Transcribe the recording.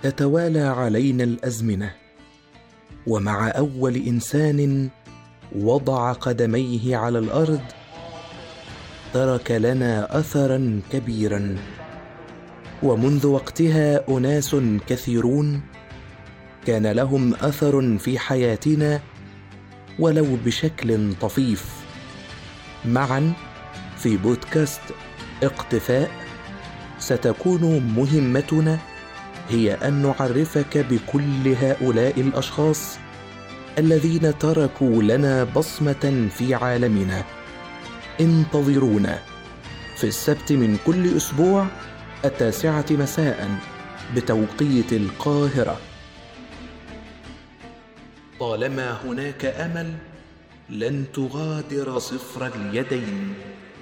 تتوالى علينا الازمنه، ومع اول انسان وضع قدميه على الارض ترك لنا اثرا كبيرا. ومنذ وقتها اناس كثيرون كان لهم اثر في حياتنا ولو بشكل طفيف. معا في بودكاست اقتفاء ستكون مهمتنا هي أن نعرفك بكل هؤلاء الأشخاص الذين تركوا لنا بصمة في عالمنا. انتظرونا في السبت من كل أسبوع 9 مساء بتوقيت القاهرة. طالما هناك أمل لن تغادر صفر اليدين.